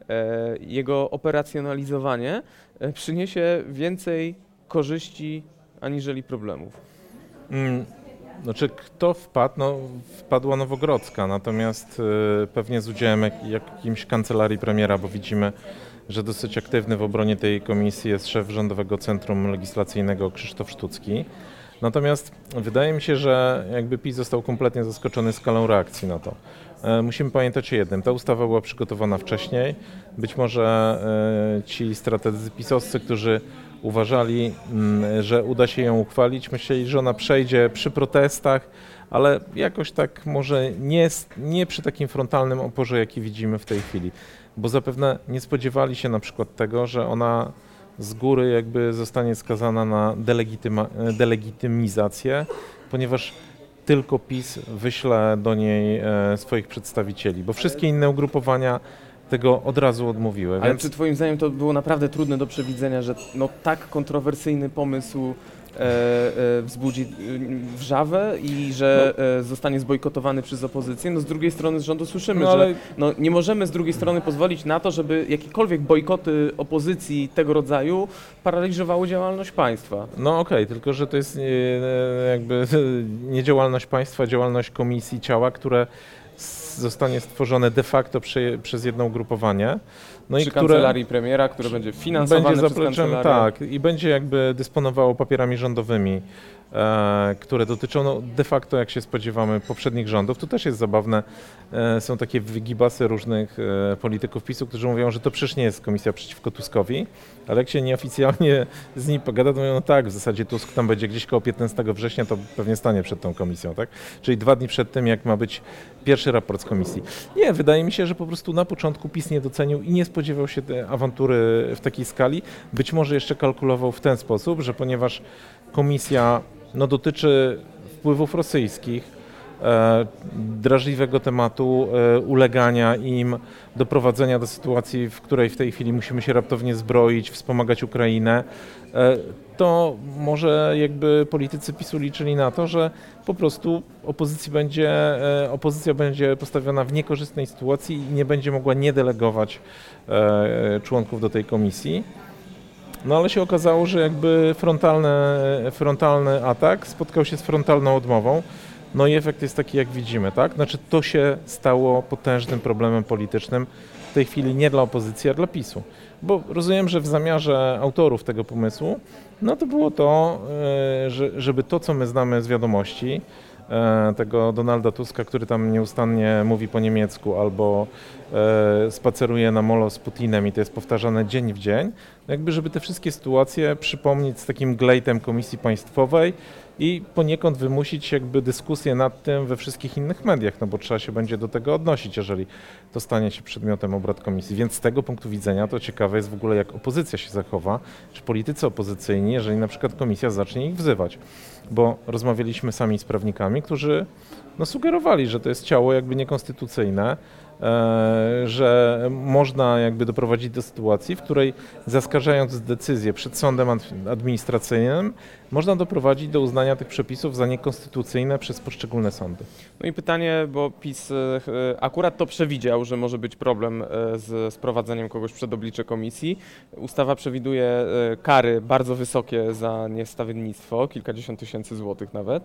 jego operacjonalizowanie przyniesie więcej korzyści aniżeli problemów? Mm. Znaczy, kto wpadł? No, wpadła Nowogrodzka, natomiast y, pewnie z udziałem jak, jakimś kancelarii premiera, bo widzimy, że dosyć aktywny w obronie tej komisji jest szef Rządowego Centrum Legislacyjnego Krzysztof Sztucki. Natomiast wydaje mi się, że jakby PiS został kompletnie zaskoczony skalą reakcji na to. E, musimy pamiętać o jednym, ta ustawa była przygotowana wcześniej. Być może e, ci strategzy pisowscy, którzy uważali, że uda się ją uchwalić, myśleli, że ona przejdzie przy protestach, ale jakoś tak może nie, nie przy takim frontalnym oporze, jaki widzimy w tej chwili, bo zapewne nie spodziewali się na przykład tego, że ona z góry jakby zostanie skazana na delegityma- delegitymizację, ponieważ tylko PiS wyśle do niej swoich przedstawicieli, bo wszystkie inne ugrupowania tego od razu odmówiły. Ale więc... czy twoim zdaniem to było naprawdę trudne do przewidzenia, że no tak kontrowersyjny pomysł e, e, wzbudzi wrzawę i że no. e, zostanie zbojkotowany przez opozycję? No z drugiej strony z rządu słyszymy, no, ale... że no, nie możemy z drugiej strony pozwolić na to, żeby jakiekolwiek bojkoty opozycji tego rodzaju paraliżowały działalność państwa. No okej, okay, tylko że to jest e, jakby nie działalność państwa, działalność komisji, ciała, które zostanie stworzone de facto przy, przez jedno ugrupowanie. No przy i kancelarii które premiera, które będzie finansowane będzie przez kancelarię. Tak, i będzie jakby dysponowało papierami rządowymi, e, które dotyczą no, de facto, jak się spodziewamy, poprzednich rządów. To też jest zabawne. E, są takie wygibasy różnych e, polityków PiSu, którzy mówią, że to przecież nie jest komisja przeciwko Tuskowi, ale jak się nieoficjalnie z nim pogada, to mówią, no tak, w zasadzie Tusk tam będzie gdzieś koło piętnastego września, to pewnie stanie przed tą komisją, tak? Czyli dwa dni przed tym, jak ma być pierwszy raport z komisji. Nie, wydaje mi się, że po prostu na początku PiS nie docenił i nie spodziewał się tej awantury w takiej skali. Być może jeszcze kalkulował w ten sposób, że ponieważ komisja no, dotyczy wpływów rosyjskich, e, drażliwego tematu, e, ulegania im, doprowadzenia do sytuacji, w której w tej chwili musimy się raptownie zbroić, wspomagać Ukrainę, e, to może jakby politycy PiSu liczyli na to, że po prostu opozycji będzie, e, opozycja będzie postawiona w niekorzystnej sytuacji i nie będzie mogła nie delegować e, członków do tej komisji. No ale się okazało, że jakby frontalny, frontalny atak spotkał się z frontalną odmową. No i efekt jest taki, jak widzimy, tak? Znaczy to się stało potężnym problemem politycznym w tej chwili nie dla opozycji, a dla PiSu. Bo rozumiem, że w zamiarze autorów tego pomysłu, no to było to, że, żeby to, co my znamy z wiadomości, tego Donalda Tuska, który tam nieustannie mówi po niemiecku albo spaceruje na molo z Putinem i to jest powtarzane dzień w dzień, jakby żeby te wszystkie sytuacje przypomnieć z takim glejtem Komisji Państwowej i poniekąd wymusić jakby dyskusję nad tym we wszystkich innych mediach, no bo trzeba się będzie do tego odnosić, jeżeli to stanie się przedmiotem obrad komisji. Więc z tego punktu widzenia to ciekawe jest w ogóle, jak opozycja się zachowa, czy politycy opozycyjni, jeżeli na przykład komisja zacznie ich wzywać. Bo rozmawialiśmy sami z prawnikami, którzy no, sugerowali, że to jest ciało jakby niekonstytucyjne, że można jakby doprowadzić do sytuacji, w której zaskarżając decyzję przed sądem administracyjnym, można doprowadzić do uznania tych przepisów za niekonstytucyjne przez poszczególne sądy. No i pytanie, bo PiS akurat to przewidział, że może być problem z sprowadzeniem kogoś przed oblicze komisji. Ustawa przewiduje kary bardzo wysokie za niewstawiennictwo, kilkadziesiąt tysięcy złotych nawet.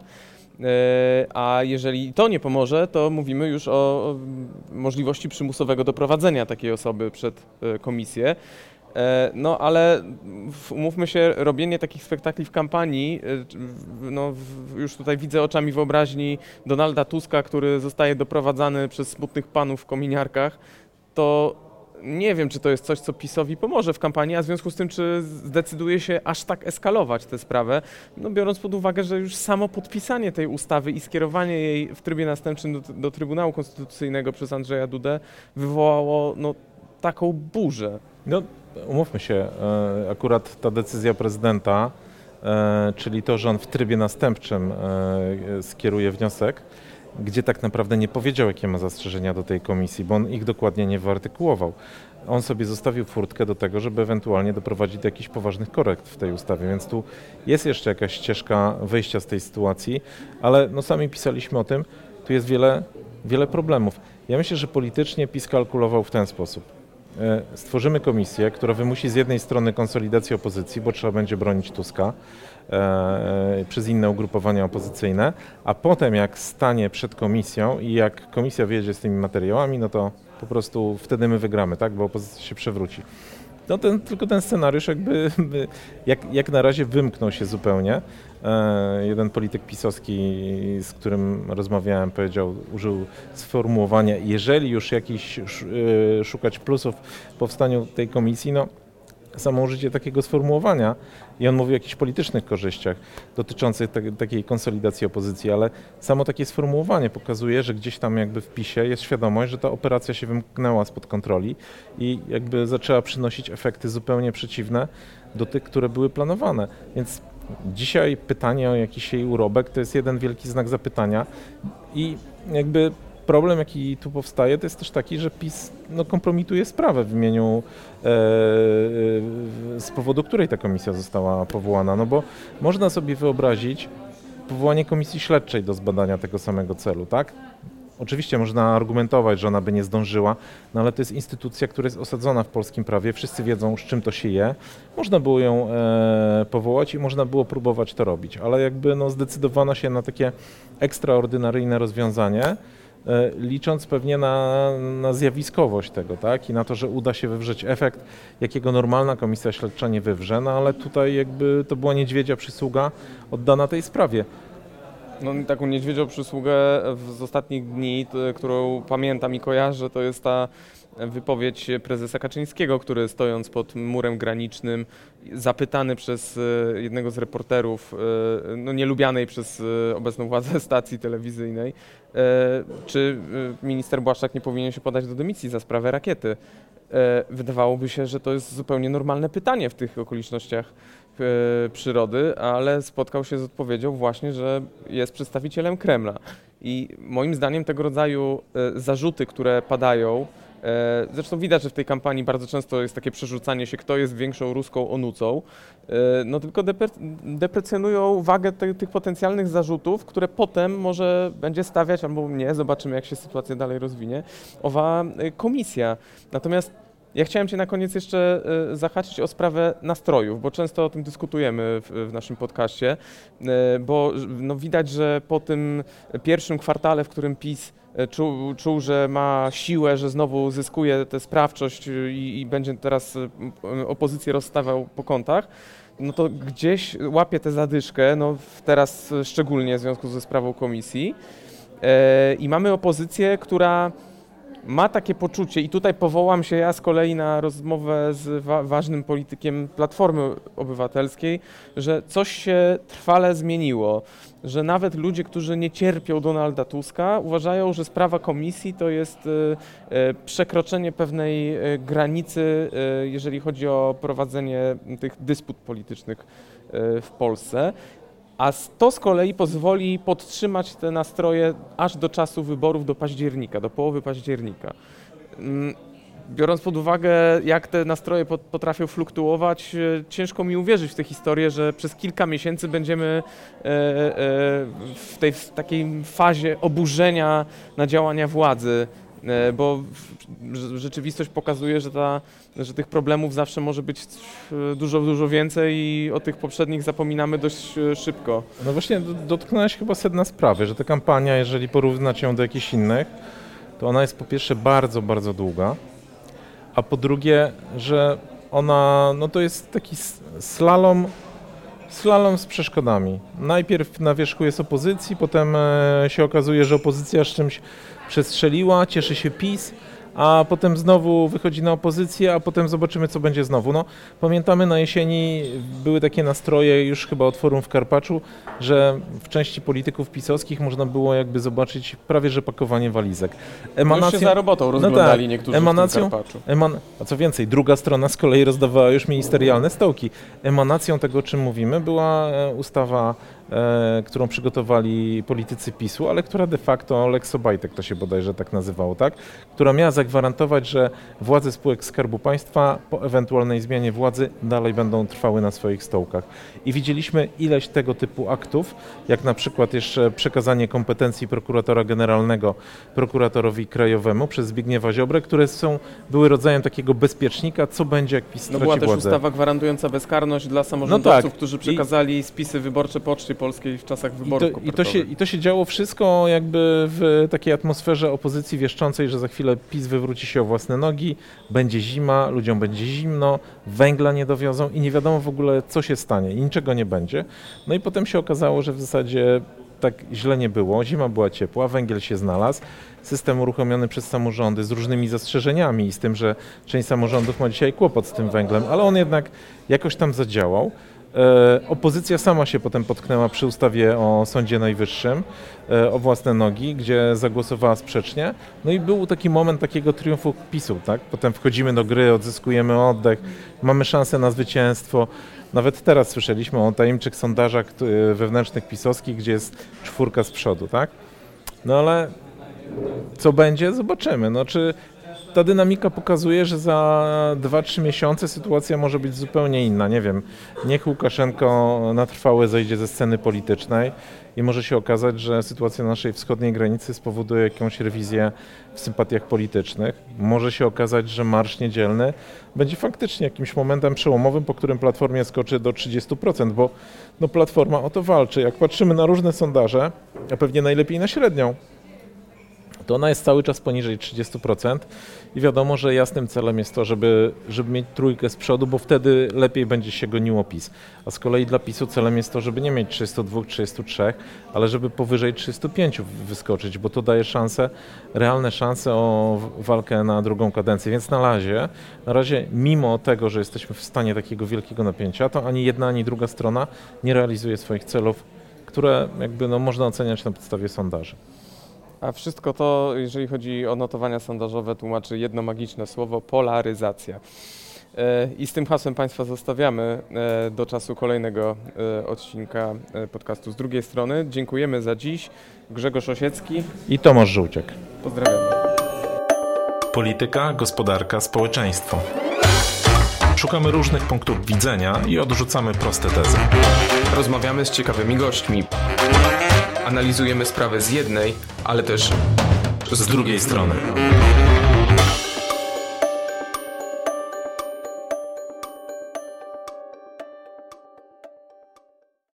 A jeżeli to nie pomoże, to mówimy już o możliwości przymusowego doprowadzenia takiej osoby przed komisję. No ale umówmy się, robienie takich spektakli w kampanii, no już tutaj widzę oczami wyobraźni Donalda Tuska, który zostaje doprowadzany przez smutnych panów w kominiarkach, to nie wiem, czy to jest coś, co PiS-owi pomoże w kampanii, a w związku z tym, czy zdecyduje się aż tak eskalować tę sprawę, no biorąc pod uwagę, że już samo podpisanie tej ustawy i skierowanie jej w trybie następczym do, do Trybunału Konstytucyjnego przez Andrzeja Dudę wywołało no, taką burzę. No, umówmy się, akurat ta decyzja prezydenta, czyli to, że on w trybie następczym skieruje wniosek, gdzie tak naprawdę nie powiedział, jakie ma zastrzeżenia do tej komisji, bo on ich dokładnie nie wyartykułował. On sobie zostawił furtkę do tego, żeby ewentualnie doprowadzić do jakichś poważnych korekt w tej ustawie, więc tu jest jeszcze jakaś ścieżka wyjścia z tej sytuacji, ale no sami pisaliśmy o tym, tu jest wiele, wiele problemów. Ja myślę, że politycznie PiS kalkulował w ten sposób. Stworzymy komisję, która wymusi z jednej strony konsolidację opozycji, bo trzeba będzie bronić Tuska e, przez inne ugrupowania opozycyjne, a potem jak stanie przed komisją i jak komisja wyjedzie z tymi materiałami, no to po prostu wtedy my wygramy, tak, bo opozycja się przewróci. No ten, tylko ten scenariusz jakby jak, jak na razie wymknął się zupełnie. E, jeden polityk pisowski, z którym rozmawiałem, powiedział, użył sformułowania, jeżeli już jakiś y, szukać plusów w powstaniu tej komisji, no samo użycie takiego sformułowania i on mówi o jakichś politycznych korzyściach dotyczących te, takiej konsolidacji opozycji, ale samo takie sformułowanie pokazuje, że gdzieś tam jakby w PiSie jest świadomość, że ta operacja się wymknęła spod kontroli i jakby zaczęła przynosić efekty zupełnie przeciwne do tych, które były planowane. Więc dzisiaj pytanie o jakiś jej urobek to jest jeden wielki znak zapytania i jakby problem, jaki tu powstaje, to jest też taki, że PiS no, kompromituje sprawę w imieniu, e, e, z powodu której ta komisja została powołana. No bo można sobie wyobrazić powołanie komisji śledczej do zbadania tego samego celu, tak? Oczywiście można argumentować, że ona by nie zdążyła, no ale to jest instytucja, która jest osadzona w polskim prawie, wszyscy wiedzą, z czym to się je. Można było ją e, powołać i można było próbować to robić, ale jakby no, zdecydowano się na takie ekstraordynaryjne rozwiązanie, licząc pewnie na, na zjawiskowość tego, tak? I na to, że uda się wywrzeć efekt, jakiego normalna komisja śledcza nie wywrze, no ale tutaj jakby to była niedźwiedzia przysługa oddana tej sprawie. No taką niedźwiedzią przysługę z ostatnich dni, t, którą pamiętam i kojarzę, to jest ta wypowiedź prezesa Kaczyńskiego, który stojąc pod murem granicznym, zapytany przez jednego z reporterów, no nielubianej przez obecną władzę stacji telewizyjnej, czy minister Błaszczak nie powinien się podać do dymisji za sprawę rakiety. Wydawałoby się, że to jest zupełnie normalne pytanie w tych okolicznościach przyrody, ale spotkał się z odpowiedzią właśnie, że jest przedstawicielem Kremla. I moim zdaniem tego rodzaju zarzuty, które padają, zresztą widać, że w tej kampanii bardzo często jest takie przerzucanie się, kto jest większą ruską onucą, no tylko depre- deprecjonują wagę te, tych potencjalnych zarzutów, które potem może będzie stawiać, albo nie, zobaczymy jak się sytuacja dalej rozwinie, owa komisja. Natomiast Ja chciałem Cię na koniec jeszcze e, zahaczyć o sprawę nastrojów, bo często o tym dyskutujemy w, w naszym podcaście, e, bo no, widać, że po tym pierwszym kwartale, w którym PiS Czuł, czuł, że ma siłę, że znowu zyskuje tę sprawczość i, i będzie teraz opozycję rozstawiał po kątach, no to gdzieś łapie tę zadyszkę, no teraz szczególnie w związku ze sprawą komisji e, i mamy opozycję, która ma takie poczucie i tutaj powołam się ja z kolei na rozmowę z wa- ważnym politykiem Platformy Obywatelskiej, że coś się trwale zmieniło, że nawet ludzie, którzy nie cierpią Donalda Tuska, uważają, że sprawa komisji to jest e, e, przekroczenie pewnej e, granicy, e, jeżeli chodzi o prowadzenie tych dysput politycznych e, w Polsce. A to z kolei pozwoli podtrzymać te nastroje aż do czasu wyborów, do października, do połowy października. Biorąc pod uwagę, jak te nastroje potrafią fluktuować, ciężko mi uwierzyć w tę historię, że przez kilka miesięcy będziemy w tej w takiej fazie oburzenia na działania władzy, bo rzeczywistość pokazuje, że, ta, że tych problemów zawsze może być dużo, dużo więcej i o tych poprzednich zapominamy dość szybko. No właśnie dotknąłeś chyba sedna sprawy, że ta kampania, jeżeli porównać ją do jakichś innych, to ona jest po pierwsze bardzo, bardzo długa, a po drugie, że ona, no to jest taki slalom, slalom z przeszkodami. Najpierw na wierzchu jest opozycji, potem się okazuje, że opozycja z czymś przestrzeliła, cieszy się PiS, a potem znowu wychodzi na opozycję, a potem zobaczymy, co będzie znowu. No, pamiętamy na jesieni były takie nastroje już chyba od Forum w Karpaczu, że w części polityków pisowskich można było jakby zobaczyć prawie że pakowanie walizek. Emanacją, już się za robotą rozglądali no tak, niektórzy emanacją, w tym Karpaczu. Eman, a co więcej, druga strona z kolei rozdawała już ministerialne stołki. Emanacją tego, o czym mówimy, była ustawa, e, którą przygotowali politycy PiSu, ale która de facto Lex Obajtek to się bodajże tak nazywało, tak? Która miała zagwarantować, że władze spółek Skarbu Państwa po ewentualnej zmianie władzy dalej będą trwały na swoich stołkach. I widzieliśmy ileś tego typu aktów, jak na przykład jeszcze przekazanie kompetencji prokuratora generalnego prokuratorowi krajowemu przez Zbigniewa Ziobrę, które są, były rodzajem takiego bezpiecznika, co będzie jak PiS straci władzę. No była też władzę. Ustawa gwarantująca bezkarność dla samorządowców, no tak. którzy przekazali I... spisy wyborcze Poczcie Polskiej w czasach wyborów I to, i, to się, I to się działo wszystko jakby w takiej atmosferze opozycji wieszczącej, że za chwilę PiS wywróci się o własne nogi, będzie zima, ludziom będzie zimno, węgla nie dowiozą i nie wiadomo w ogóle, co się stanie i niczego nie będzie. No i potem się okazało, że w zasadzie tak źle nie było, zima była ciepła, węgiel się znalazł, system uruchomiony przez samorządy z różnymi zastrzeżeniami i z tym, że część samorządów ma dzisiaj kłopot z tym węglem, ale on jednak jakoś tam zadziałał. E, opozycja sama się potem potknęła przy ustawie o Sądzie Najwyższym e, o własne nogi, gdzie zagłosowała sprzecznie. No i był taki moment takiego triumfu PiSu, tak? Potem wchodzimy do gry, odzyskujemy oddech, mamy szansę na zwycięstwo. Nawet teraz słyszeliśmy o tajemniczych sondażach wewnętrznych pisowskich, gdzie jest czwórka z przodu, tak? No ale co będzie? Zobaczymy. No, czy ta dynamika pokazuje, że za dwa trzy miesiące sytuacja może być zupełnie inna. Nie wiem, niech Łukaszenko na trwałe zejdzie ze sceny politycznej i może się okazać, że sytuacja na naszej wschodniej granicy spowoduje jakąś rewizję w sympatiach politycznych. Może się okazać, że marsz niedzielny będzie faktycznie jakimś momentem przełomowym, po którym Platformie skoczy do trzydziestu procent, bo no, Platforma o to walczy. Jak patrzymy na różne sondaże, a pewnie najlepiej na średnią, to ona jest cały czas poniżej trzydziestu procent i wiadomo, że jasnym celem jest to, żeby, żeby mieć trójkę z przodu, bo wtedy lepiej będzie się goniło PiS. A z kolei dla PiSu celem jest to, żeby nie mieć trzydziestu dwóch, trzydziestu trzech, ale żeby powyżej trzydziestu pięciu wyskoczyć, bo to daje szanse, realne szanse o walkę na drugą kadencję. Więc na razie, na razie mimo tego, że jesteśmy w stanie takiego wielkiego napięcia, to ani jedna, ani druga strona nie realizuje swoich celów, które jakby no, można oceniać na podstawie sondaży. A wszystko to, jeżeli chodzi o notowania sondażowe, tłumaczy jedno magiczne słowo – polaryzacja. I z tym hasłem Państwa zostawiamy do czasu kolejnego odcinka podcastu Z drugiej strony. Dziękujemy za dziś. Grzegorz Osiecki i Tomasz Żółciak. Pozdrawiamy. Polityka, gospodarka, społeczeństwo. Szukamy różnych punktów widzenia i odrzucamy proste tezy. Rozmawiamy z ciekawymi gośćmi. Analizujemy sprawę z jednej, ale też z drugiej strony.